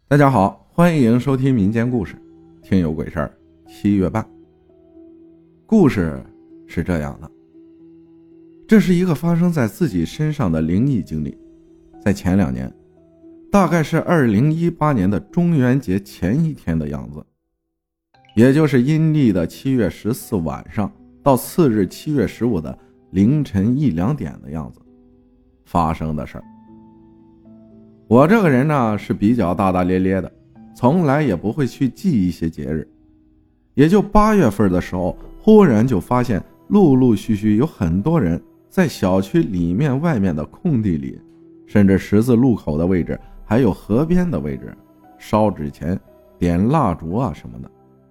大家好，欢迎收听民间故事，听有鬼事儿7月半。故事是这样的，这是一个发生在自己身上的灵异经历。在前2年，大概是2018年的中元节前一天的样子，也就是阴历的7月14晚上到次日7月15的凌晨1、2点的样子发生的事儿。我这个人呢是比较大大咧咧的，从来也不会去记一些节日。也就8月份的时候，忽然就发现陆陆续续有很多人在小区里面外面的空地里，甚至十字路口的位置，还有河边的位置烧纸钱、点蜡烛啊什么的。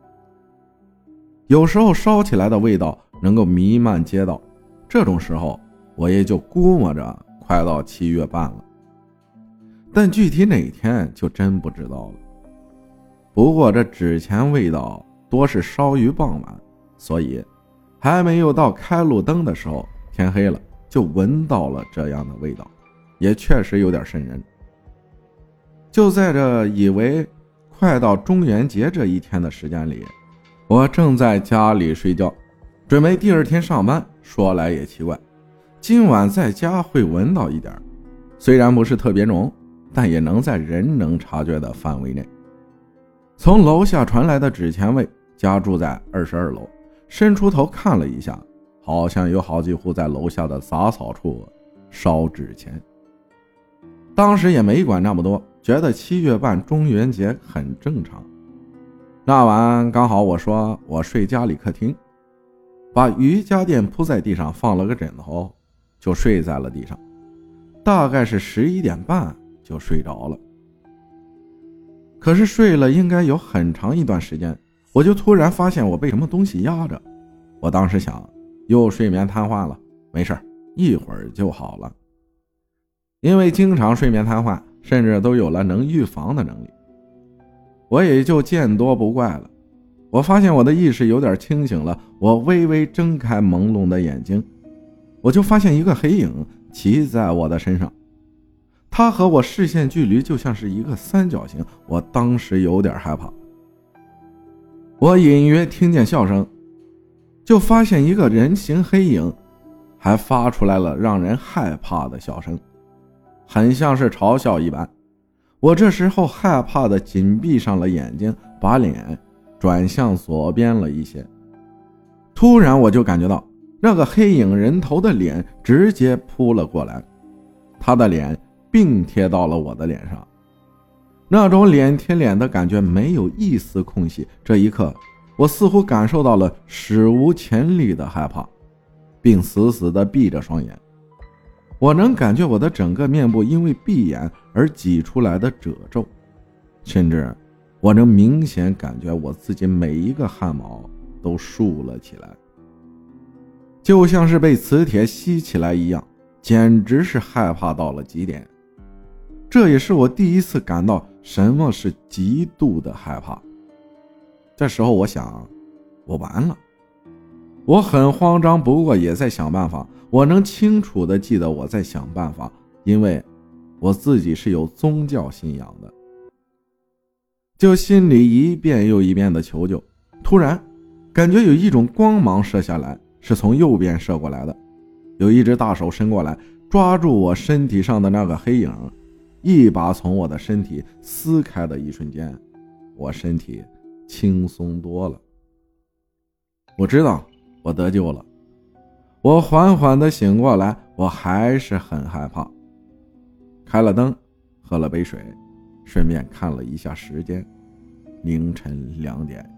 有时候烧起来的味道能够弥漫街道，这种时候我也就估摸着快到7月半了，但具体哪天就真不知道了。不过这纸钱味道多是烧于傍晚，所以还没有到开路灯的时候，天黑了就闻到了这样的味道，也确实有点瘆人。就在这以为快到中元节这一天的时间里，我正在家里睡觉，准备第2天上班。说来也奇怪，今晚在家会闻到一点，虽然不是特别浓，但也能在人能察觉的范围内。从楼下传来的纸钱味，家住在22楼，伸出头看了一下，好像有好几户在楼下的杂草处烧纸钱。当时也没管那么多，觉得7月半中元节很正常。那晚刚好我说我睡家里客厅，把瑜伽垫铺在地上，放了个枕头，就睡在了地上。大概是11点半就睡着了。可是睡了应该有很长一段时间，我就突然发现我被什么东西压着。我当时想，又睡眠瘫痪了，没事，一会儿就好了。因为经常睡眠瘫痪，甚至都有了能预防的能力，我也就见多不怪了。我发现我的意识有点清醒了，我微微睁开朦胧的眼睛，我就发现一个黑影骑在我的身上，他和我视线距离就像是一个三角形，我当时有点害怕。我隐约听见笑声，就发现一个人形黑影还发出来了让人害怕的笑声，很像是嘲笑一般。我这时候害怕的紧闭上了眼睛，把脸转向左边了一些。突然我就感觉到那个黑影人头的脸直接扑了过来，他的脸并贴到了我的脸上，那种脸贴脸的感觉没有一丝空隙。这一刻我似乎感受到了史无前例的害怕，并死死地闭着双眼。我能感觉我的整个面部因为闭眼而挤出来的褶皱，甚至我能明显感觉我自己每一个汗毛都竖了起来，就像是被磁铁吸起来一样，简直是害怕到了极点。这也是我第一次感到什么是极度的害怕。这时候我想，我完了。我很慌张，不过也在想办法。我能清楚地记得我在想办法，因为我自己是有宗教信仰的，就心里一遍又一遍的求救。突然感觉有一种光芒射下来，是从右边射过来的，有一只大手伸过来抓住我身体上的那个黑影，一把从我的身体撕开的一瞬间，我身体轻松多了。我知道我得救了。我缓缓地醒过来，我还是很害怕。开了灯，喝了杯水，顺便看了一下时间，凌晨2点。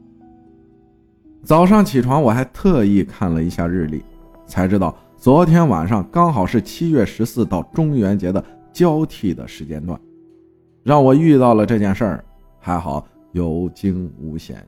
早上起床我还特意看了一下日历，才知道昨天晚上刚好是7月14到中元节的交替的时间段，让我遇到了这件事儿，还好有惊无险。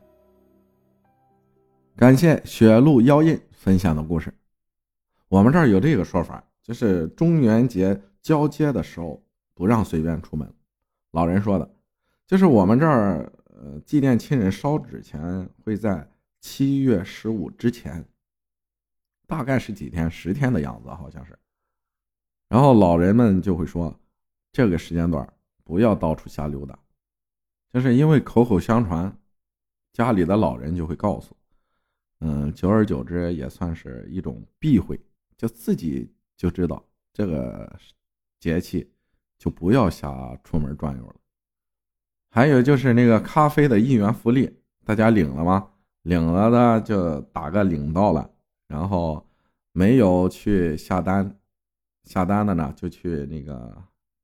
感谢雪露妖印分享的故事。我们这儿有这个说法，就是中元节交接的时候不让随便出门。老人说的，就是我们这儿祭奠亲人烧纸钱会在7月15之前，大概是几天，10天的样子好像是。然后老人们就会说，这个时间段不要到处瞎溜达， 就是因为口口相传，家里的老人就会告诉，久而久之也算是一种避讳，就自己就知道这个节气就不要瞎出门转悠了。还有就是那个咖啡的1元福利，大家领了吗？领了的就打个领到了，然后没有去下单，下单的呢就去那个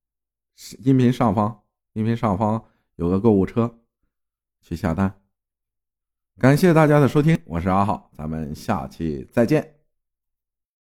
音频上方有个购物车去下单。感谢大家的收听，我是阿浩，咱们下期再见。